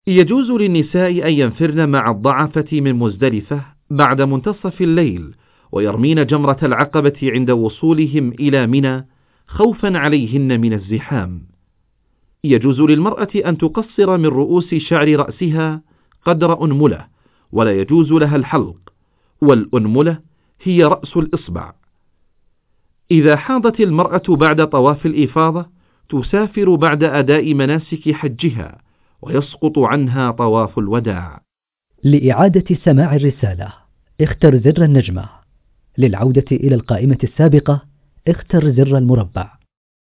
يجوز للنساء أن ينفرن مع الضعفة من مزدلفة بعد منتصف الليل، ويرمين جمرة العقبة عند وصولهم إلى منى خوفا عليهن من الزحام. يجوز للمرأة أن تقصر من رؤوس شعر رأسها قدر أنملة، ولا يجوز لها الحلق، والأنملة هي رأس الإصبع. إذا حاضت المرأة بعد طواف الإفاضة تسافر بعد أداء مناسك حجها، ويسقط عنها طواف الوداع. لإعادة سماع الرسالة اختر زر النجمة. للعودة إلى القائمة السابقة اختر زر المربع.